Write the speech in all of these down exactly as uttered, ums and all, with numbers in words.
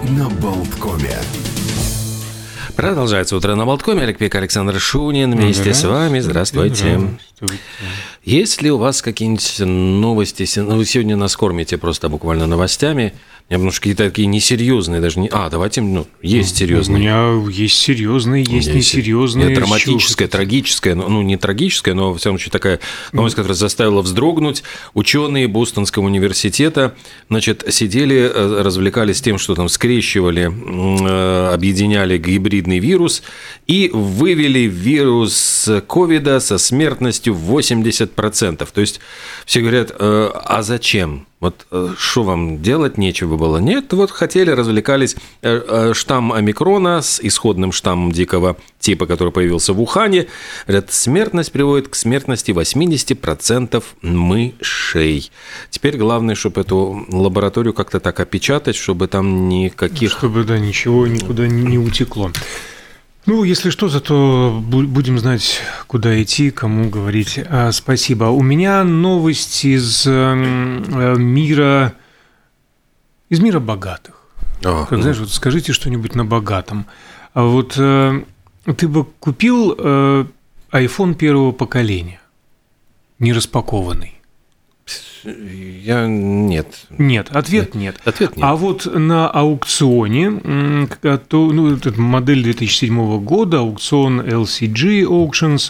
на Болткоме. Продолжается утро на Болткоме. Олег Пек, Александр Шунин вместе с вами. Здравствуйте. Здравствуйте. Есть ли у вас какие-нибудь новости? Ну, вы сегодня нас кормите просто буквально новостями. У меня, потому что какие-то такие несерьезные даже не... А, давайте, ну, есть серьезные. У меня есть серьезные, есть, есть несерьезные. Нет, драматическая, трагическая, ну, не трагическая, но, во всяком случае, такая новость, которая заставила вздрогнуть. Ученые Бостонского университета, значит, сидели, развлекались тем, что там скрещивали, объединяли гибридный вирус и вывели вирус ковида со смертностью в восемьдесят процентов. То есть все говорят, а зачем? Вот что вам делать нечего было? Нет, вот хотели, развлекались. Штамм омикрона с исходным штаммом дикого типа, который появился в Ухане, говорят, смертность приводит к смертности восемьдесят процентов мышей. Теперь главное, чтобы эту лабораторию как-то так опечатать, чтобы там никаких... Чтобы, да, ничего никуда не утекло. Ну, если что, зато будем знать, куда идти, кому говорить а, спасибо. У меня новость из э, мира, из мира богатых. О, как, знаешь, вот скажите что-нибудь на богатом. А вот э, ты бы купил э, iPhone первого поколения, не распакованный? Я... Нет. Нет, ответ нет. Ответ нет. А вот на аукционе, то, ну, это модель две тысячи седьмого года, аукцион эл си джи Auctions,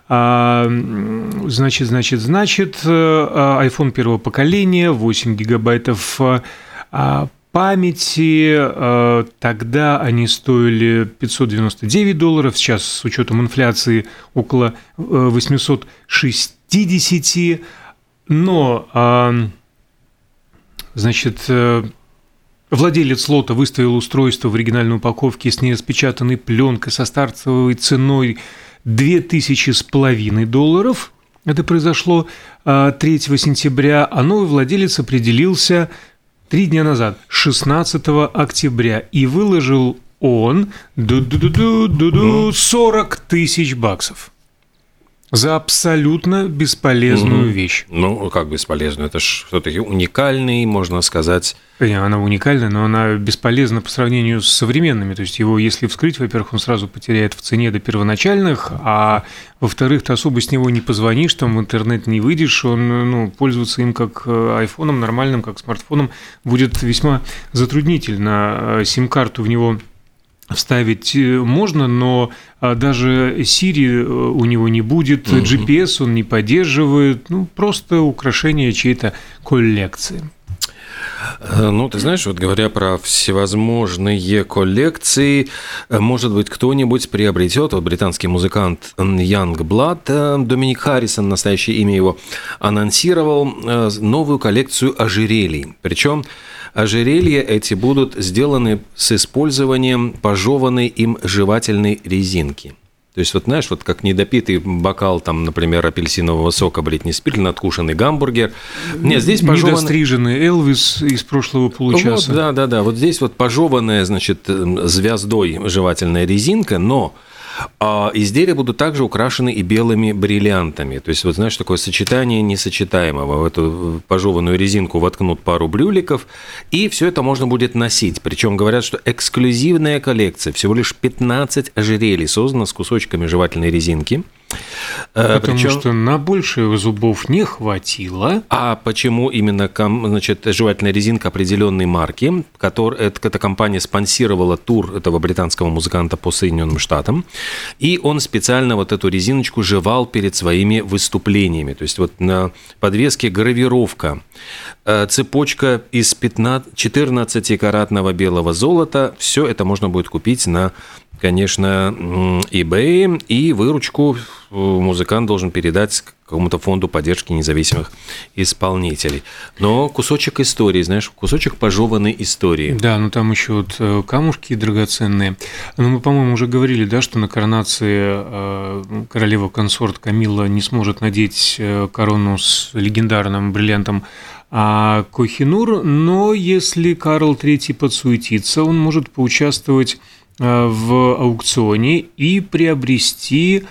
значит, значит, значит, iPhone первого поколения, восемь гигабайтов памяти, тогда они стоили пятьсот девяносто девять долларов, сейчас с учетом инфляции около восемьсот шестьдесят. Но, значит, владелец лота выставил устройство в оригинальной упаковке с нераспечатанной пленкой со стартовой ценой две тысячи с половиной долларов. Это произошло третьего сентября, а новый владелец определился три дня назад, шестнадцатого октября, и выложил он сорок тысяч баксов. За абсолютно бесполезную mm-hmm. вещь. Ну, как бесполезную? Это же все-таки уникальный, можно сказать. Она уникальная, но она бесполезна по сравнению с современными. То есть его, если вскрыть, во-первых, он сразу потеряет в цене до первоначальных, а во-вторых, ты особо с него не позвонишь, там в интернет не выйдешь, он, ну, пользоваться им как айфоном нормальным, как смартфоном будет весьма затруднительно. Сим-карту в него вставить можно, но даже Siri у него не будет, джи пи эс он не поддерживает, ну, просто украшение чьей-то коллекции. Ну, ты знаешь, вот говоря про всевозможные коллекции, может быть, кто-нибудь приобретет, вот британский музыкант Youngblood, Доминик Харрисон, настоящее имя его, анонсировал новую коллекцию ожерелий. Причем ожерелья эти будут сделаны с использованием пожеванной им жевательной резинки. То есть, вот знаешь, вот как недопитый бокал, там, например, апельсинового сока Бритни Спирс, надкушенный гамбургер. Нет, здесь пожеванный... Недостриженный Элвис из прошлого получаса. Вот, да, да, да. Вот здесь вот пожеванная, значит, звездой жевательная резинка, но а изделия будут также украшены и белыми бриллиантами. То есть, вот знаешь, такое сочетание несочетаемого. В эту пожеванную резинку воткнут пару брюликов, и все это можно будет носить. Причем говорят, что эксклюзивная коллекция, всего лишь пятнадцать ожерелий, создана с кусочками жевательной резинки. Потому Причем... что на больше зубов не хватило. А почему именно, значит, жевательная резинка определенной марки, которая, эта компания спонсировала тур этого британского музыканта по Соединенным Штатам, и он специально вот эту резиночку жевал перед своими выступлениями. То есть вот на подвеске гравировка, цепочка из четырнадцатикаратного белого золота, все это можно будет купить на, конечно, eBay, и выручку музыкант должен передать какому-то фонду поддержки независимых исполнителей. Но кусочек истории, знаешь, кусочек пожеванной истории. Да, ну там еще вот камушки драгоценные. Но мы, по-моему, уже говорили, да, что на коронации королева-консорт Камилла не сможет надеть корону с легендарным бриллиантом а Кохинур, но если Карл третий подсуетится, он может поучаствовать в аукционе и приобрести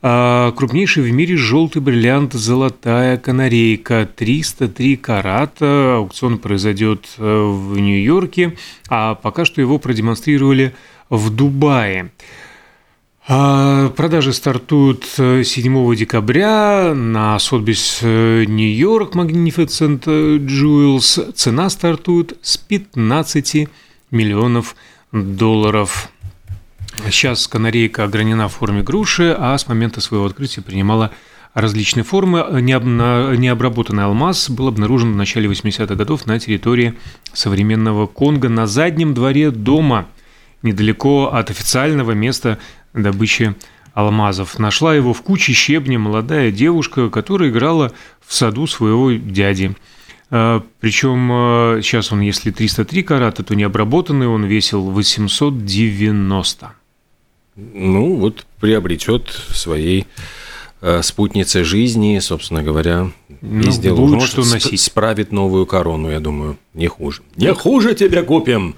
Крупнейший в мире желтый бриллиант «Золотая канарейка», триста три карата. Аукцион произойдет в Нью-Йорке, а пока что его продемонстрировали в Дубае. Продажи стартуют седьмого декабря на Сотбис Нью-Йорк Magnificent Jewels. Цена стартует с пятнадцати миллионов долларов. Сейчас канарейка огранена в форме груши, а с момента своего открытия принимала различные формы. Необработанный алмаз был обнаружен в начале восьмидесятых годов на территории современного Конго на заднем дворе дома, недалеко от официального места добычи алмазов. Нашла его в куче щебня молодая девушка, которая играла в саду своего дяди. Причем сейчас он, если триста три карата, то необработанный он весил восемьсот девяносто. Ну, вот приобретет своей э, спутнице жизни, собственно говоря, ну, и сделает, будет что носить. Справит новую корону, я думаю, не хуже. Не хуже тебе купим.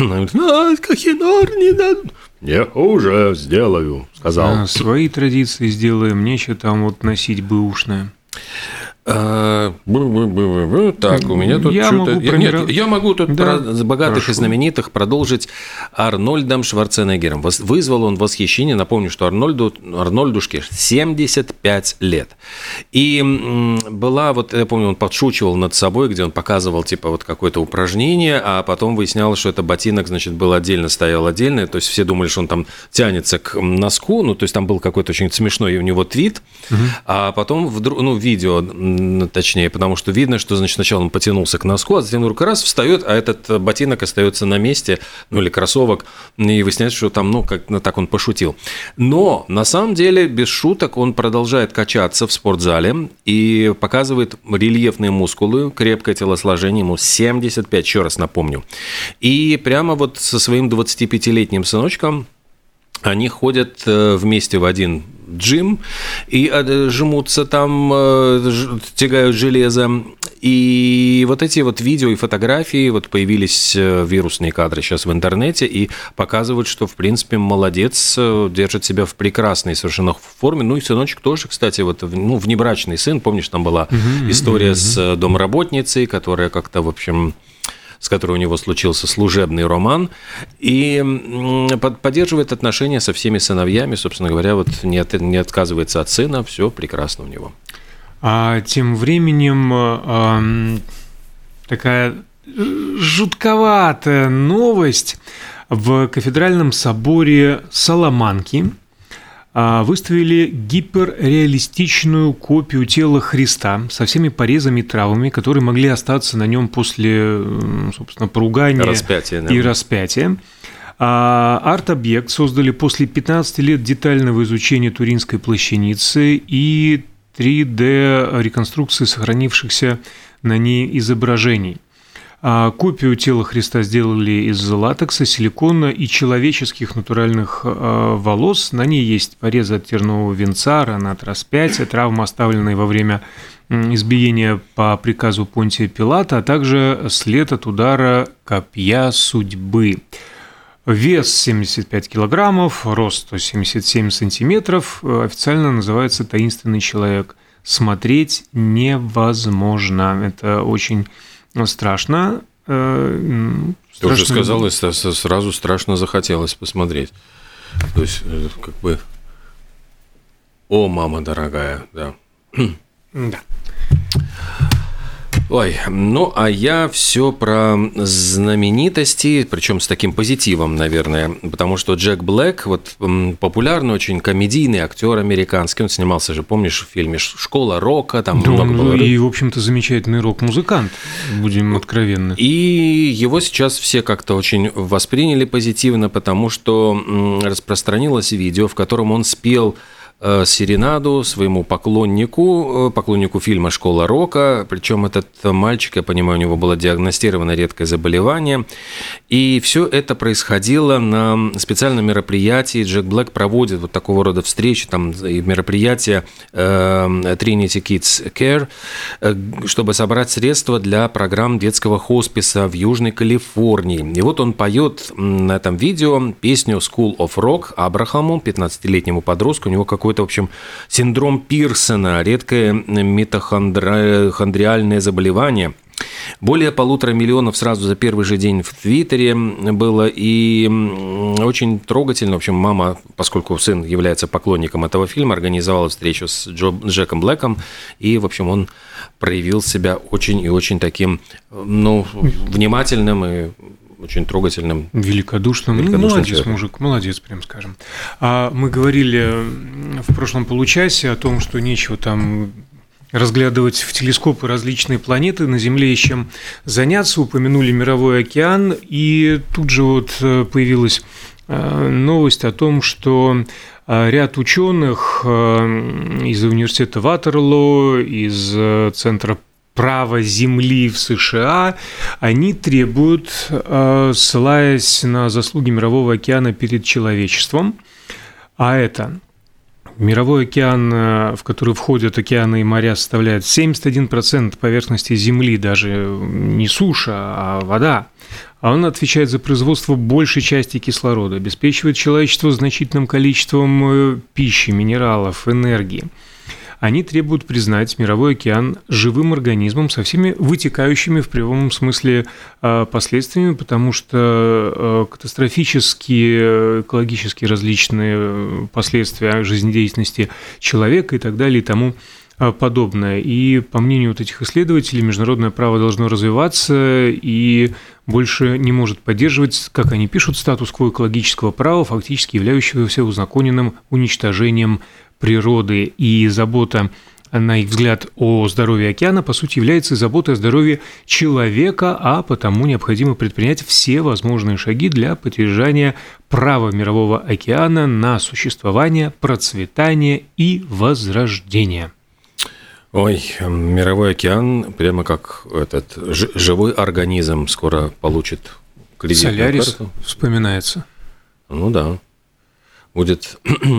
Не хуже сделаю, сказал. А, свои традиции сделаем, нечего там вот носить бэушное. Так, у меня тут я что-то... Могу я, промира... нет, я могу тут да, про богатых хорошо. и знаменитых продолжить Арнольдом Шварценеггером. Вызвал он восхищение. Напомню, что Арнольду, Арнольдушке семьдесят пять лет. И была вот, я помню, он подшучивал над собой, где он показывал типа вот какое-то упражнение, а потом выяснялось, что это ботинок, значит, был отдельно, стоял отдельно. То есть все думали, что он там тянется к носку. Ну, то есть там был какой-то очень смешной у него твит. Угу. А потом вдруг, ну, видео... точнее, потому что видно, что, значит, сначала он потянулся к носку, а затем рука раз встает, а этот ботинок остается на месте, ну или кроссовок, и выясняется, что там, ну, как, ну, так он пошутил. Но, на самом деле, без шуток, он продолжает качаться в спортзале и показывает рельефные мускулы, крепкое телосложение, ему семьдесят пять, еще раз напомню. И прямо вот со своим двадцатипятилетним сыночком они ходят вместе в один джим и жмутся там, тягают железо. И вот эти вот видео и фотографии, вот появились вирусные кадры сейчас в интернете и показывают, что, в принципе, молодец, держит себя в прекрасной совершенно форме. Ну и сыночек тоже, кстати, вот, ну, внебрачный сын, помнишь, там была uh-huh, история uh-huh. с домработницей, которая как-то, в общем... с которой у него случился служебный роман, и поддерживает отношения со всеми сыновьями, собственно говоря, вот не, от, не отказывается от сына, все прекрасно у него. А тем временем э, такая жутковатая новость. В кафедральном соборе Саламанки выставили гиперреалистичную копию тела Христа со всеми порезами и травмами, которые могли остаться на нем после, собственно, поругания распятия, да. и распятия. Арт-объект создали после пятнадцати лет детального изучения Туринской плащаницы и три дэ-реконструкции сохранившихся на ней изображений. Копию тела Христа сделали из латекса, силикона и человеческих натуральных волос. На ней есть порезы от тернового венца, рана от распятия, травмы, оставленные во время избиения по приказу Понтия Пилата, а также след от удара копья судьбы. Вес семьдесят пять килограммов, рост сто семьдесят семь сантиметров, официально называется «Таинственный человек». Смотреть невозможно. Это очень... страшно. Ты страшно... уже сказал, сразу страшно захотелось посмотреть. То есть, как бы... О, мама дорогая, да. Да. Ой, ну, а я все про знаменитости, причем с таким позитивом, наверное, потому что Джек Блэк, вот популярный очень комедийный актер американский, он снимался же, помнишь, в фильме «Школа рока», там да, много было. И, в общем-то, замечательный рок-музыкант, будем откровенны. И его сейчас все как-то очень восприняли позитивно, потому что распространилось видео, в котором он спел серенаду своему поклоннику, поклоннику фильма «Школа рока». Причем этот мальчик, я понимаю, у него было диагностировано редкое заболевание. И все это происходило на специальном мероприятии. Джек Блэк проводит вот такого рода встречи, там и мероприятия Trinity Kids Care, чтобы собрать средства для программ детского хосписа в Южной Калифорнии. И вот он поет на этом видео песню «School of Rock» Абрахаму, пятнадцатилетнему подростку. У него какой какой-то, в общем, синдром Пирсона, редкое митохондриальное заболевание. Более полутора миллионов сразу за первый же день в Твиттере было, и очень трогательно. В общем, мама, поскольку сын является поклонником этого фильма, организовала встречу с Джо, Джеком Блэком, и, в общем, он проявил себя очень и очень таким, ну, внимательным и очень трогательным. Великодушным. великодушным ну, молодец, человеком. Мужик, молодец, прям скажем. А мы говорили в прошлом получасе о том, что нечего там разглядывать в телескопы различные планеты, на Земле есть чем заняться, упомянули мировой океан, и тут же вот появилась новость о том, что ряд ученых из университета Ватерлоо, из Центра права Земли в США, они требуют, ссылаясь на заслуги мирового океана перед человечеством, а это... Мировой океан, в который входят океаны и моря, составляет семьдесят один процент поверхности Земли, даже не суша, а вода. А он отвечает за производство большей части кислорода, обеспечивает человечество значительным количеством пищи, минералов, энергии. Они требуют признать Мировой океан живым организмом со всеми вытекающими в прямом смысле последствиями, потому что катастрофические экологические различные последствия жизнедеятельности человека и так далее и тому подобное. И по мнению вот этих исследователей, международное право должно развиваться и больше не может поддерживать, как они пишут, статус-кво экологического права, фактически являющегося узаконенным уничтожением природы, и забота, на их взгляд, о здоровье океана, по сути, является заботой о здоровье человека, а потому необходимо предпринять все возможные шаги для поддержания права Мирового океана на существование, процветание и возрождение. Ой, Мировой океан прямо как этот живой организм скоро получит кредитную Солярис карту. Вспоминается. Ну да. Будет.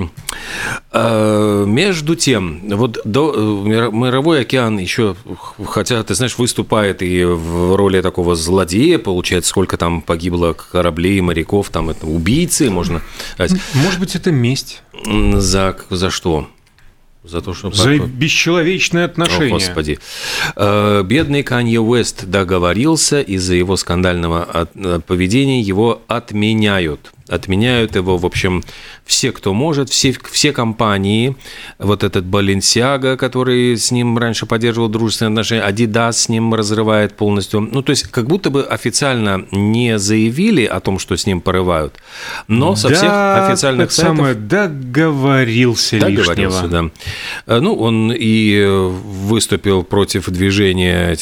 Между тем, вот до, Мировой океан еще, хотя, ты знаешь, выступает и в роли такого злодея, получается, сколько там погибло кораблей, моряков, там это убийцы, можно сказать. Может быть, это месть. За, за что? За то, что... За бесчеловечное отношение. О, Господи. Бедный Канье Уэст договорился, из-за его скандального поведения его отменяют. Отменяют его, в общем, все, кто может, все, все компании. Вот этот Balenciaga, который с ним раньше поддерживал дружественные отношения, Adidas с ним разрывает полностью. Ну, то есть, как будто бы официально не заявили о том, что с ним порывают, но со да, всех официальных сайтов... самое, договорился, договорился лишнего. Да. Ну, он и выступил против движения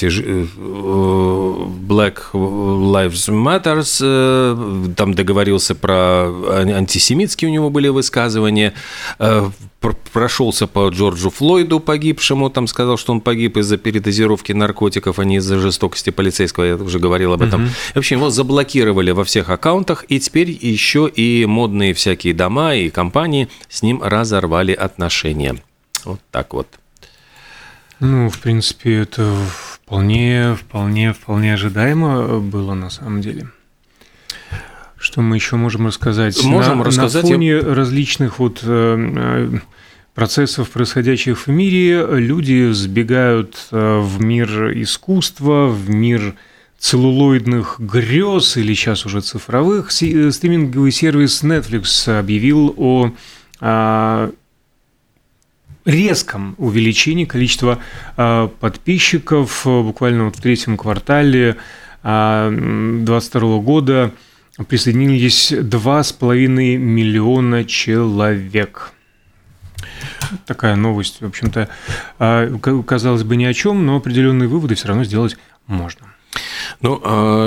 Black Lives Matter, там договорился про антисемитские у него были высказывания, прошелся по Джорджу Флойду погибшему, там сказал, что он погиб из-за передозировки наркотиков, а не из-за жестокости полицейского, я уже говорил об этом. Uh-huh. В общем, его заблокировали во всех аккаунтах, и теперь еще и модные всякие дома и компании с ним разорвали отношения. Вот так вот. Ну, в принципе, это вполне, вполне, вполне ожидаемо было на самом деле. Что мы еще можем рассказать? Можем на, рассказать. На фоне я... различных вот процессов, происходящих в мире, люди сбегают в мир искусства, в мир целлулоидных грез или сейчас уже цифровых. Стриминговый сервис Netflix объявил о, о резком увеличении количества подписчиков. Буквально вот в третьем квартале две тысячи двадцать второго года присоединились два с половиной миллиона человек. Такая новость, в общем-то, казалось бы, ни о чем, но определенные выводы все равно сделать можно. Ну,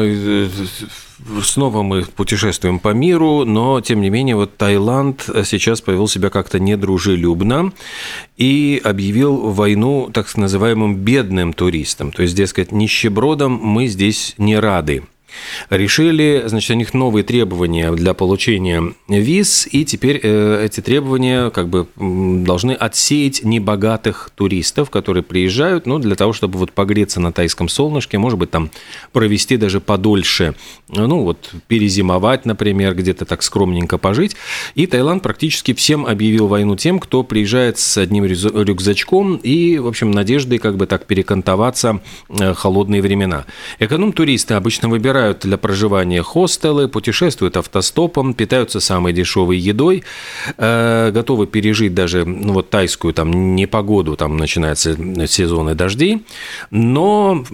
снова мы путешествуем по миру, но, тем не менее, вот Таиланд сейчас повел себя как-то недружелюбно и объявил войну так называемым бедным туристам. То есть, дескать, нищебродам мы здесь не рады. решили, значит, у них новые требования для получения виз, и теперь эти требования как бы должны отсеять небогатых туристов, которые приезжают, ну, для того, чтобы вот погреться на тайском солнышке, может быть, там провести даже подольше, ну, вот перезимовать, например, где-то так скромненько пожить. И Таиланд практически всем объявил войну тем, кто приезжает с одним рюкзачком и, в общем, надеждой как бы так перекантоваться в холодные времена. Эконом-туристы обычно выбирают для проживания хостелы, путешествуют автостопом, питаются самой дешевой едой, э, готовы пережить даже ну, вот, тайскую там, непогоду, там начинаются сезоны дождей, но...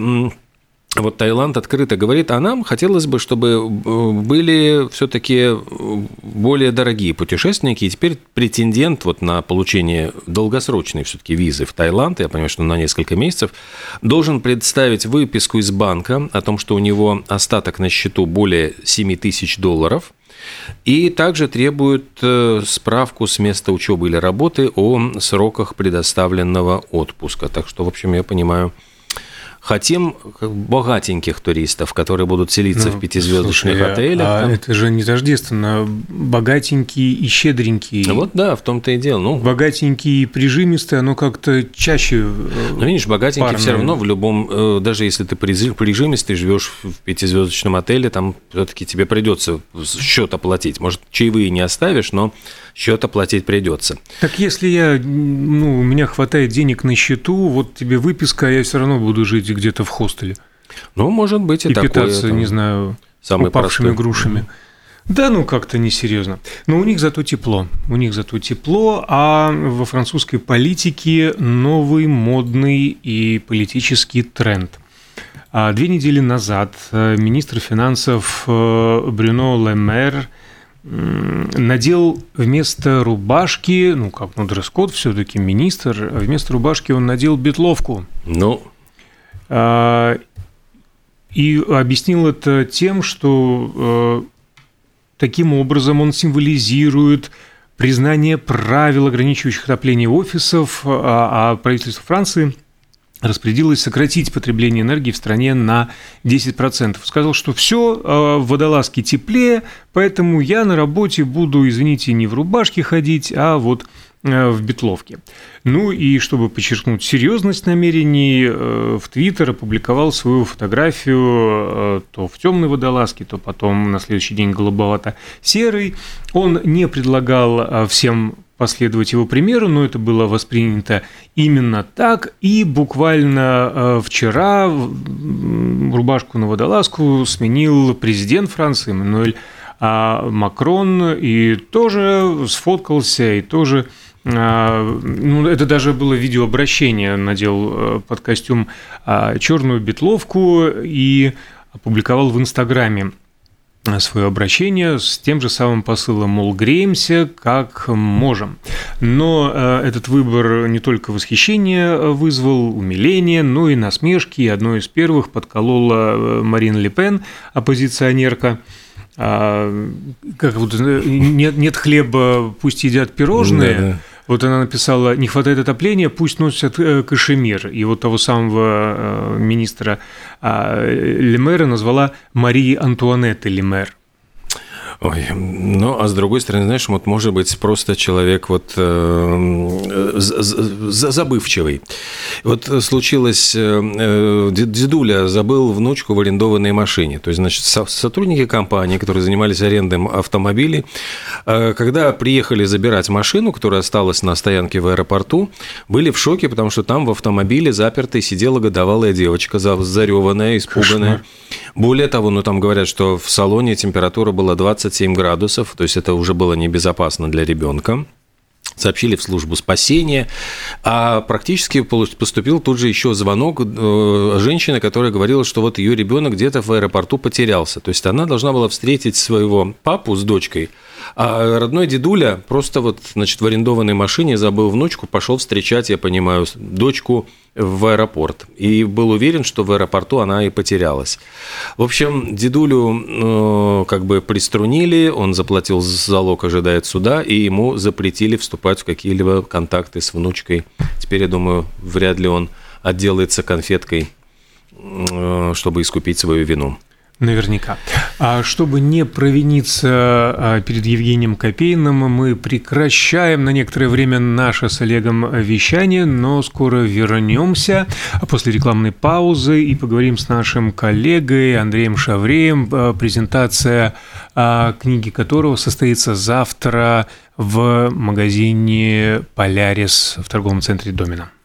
Вот Таиланд открыто говорит, а нам хотелось бы, чтобы были все-таки более дорогие путешественники, и теперь претендент вот на получение долгосрочной все-таки визы в Таиланд, я понимаю, что на несколько месяцев, должен представить выписку из банка о том, что у него остаток на счету более семь тысяч долларов, и также требует справку с места учебы или работы о сроках предоставленного отпуска. Так что, в общем, я понимаю... Хотим богатеньких туристов, которые будут селиться ну, в пятизвездочных слушай, отелях. А там. Это же не тождественно. Богатенькие и щедренькие. Ну, вот да, в том-то и дело. Ну, богатенькие и прижимистые, оно как-то чаще. Ну, видишь, богатенький все равно в любом, даже если ты прижимистый, живешь в пятизвездочном отеле, там все-таки тебе придется счет оплатить. Может, чаевые не оставишь, но счет оплатить придется. Так если я, ну, у меня хватает денег на счету, вот тебе выписка, а я все равно буду жить где-то в хостеле. Ну, может быть, и, и такое. И питаться, там, не знаю, упавшими грушами. Mm-hmm. Да, ну, как-то несерьезно. Но у них зато тепло. У них зато тепло, а во французской политике новый модный и политический тренд. Две недели назад министр финансов Брюно Ле Мэр надел вместо рубашки, ну, как, ну, дресс-код все-таки министр, вместо рубашки он надел бейтловку. Ну... И объяснил это тем, что таким образом он символизирует признание правил, ограничивающих отопление офисов, а правительство Франции распорядилось сократить потребление энергии в стране на десять процентов. Сказал, что все, в водолазке теплее, поэтому я на работе буду, извините, не в рубашке ходить, а вот в бейтловке. Ну и чтобы подчеркнуть серьезность намерений, в Твиттер опубликовал свою фотографию то в темной водолазке, то потом на следующий день голубовато-серый. Он не предлагал всем последовать его примеру, но это было воспринято именно так. И буквально вчера рубашку на водолазку сменил президент Франции Эммануэль Макрон, и тоже сфоткался, и тоже... Ну, это даже было видеообращение, надел под костюм черную бейтловку и опубликовал в Инстаграме свое обращение с тем же самым посылом, мол, греемся как можем. Но этот выбор не только восхищение вызвал, умиление, но и насмешки. И одной из первых подколола Марин Ле Пен, оппозиционерка. А, как вот нет, нет хлеба, пусть едят пирожные. Да, да. Вот она написала: не хватает отопления, пусть носят кашемир. И вот того самого министра Ле Мэра назвала Марии Антуанетты Ле Мэр. Ой, ну, а с другой стороны, знаешь, вот может быть просто человек вот э, забывчивый. Вот случилось, э, дедуля забыл внучку в арендованной машине. То есть, значит, сотрудники компании, которые занимались арендой автомобилей, э, когда приехали забирать машину, которая осталась на стоянке в аэропорту, были в шоке, потому что там в автомобиле запертой сидела годовалая девочка, зареванная, испуганная. Кошмар. Более того, ну, там говорят, что в салоне температура была двадцать семь градусов, то есть это уже было небезопасно для ребенка. Сообщили в службу спасения, а практически поступил тут же еще звонок женщины, которая говорила, что вот ее ребенок где-то в аэропорту потерялся. То есть она должна была встретить своего папу с дочкой, а родной дедуля просто вот, значит, в арендованной машине забыл внучку, пошел встречать, я понимаю, дочку в аэропорт. И был уверен, что в аэропорту она и потерялась. В общем, дедулю ну, как бы приструнили, он заплатил залог, ожидает суда, и ему запретили вступать в какие-либо контакты с внучкой. Теперь, я думаю, вряд ли он отделается конфеткой, чтобы искупить свою вину. Наверняка. А чтобы не провиниться перед Евгением Копейным, мы прекращаем на некоторое время наше с Олегом вещание, но скоро вернемся после рекламной паузы и поговорим с нашим коллегой Андреем Шавреем, презентация книги которого состоится завтра в магазине «Полярис» в торговом центре «Домина».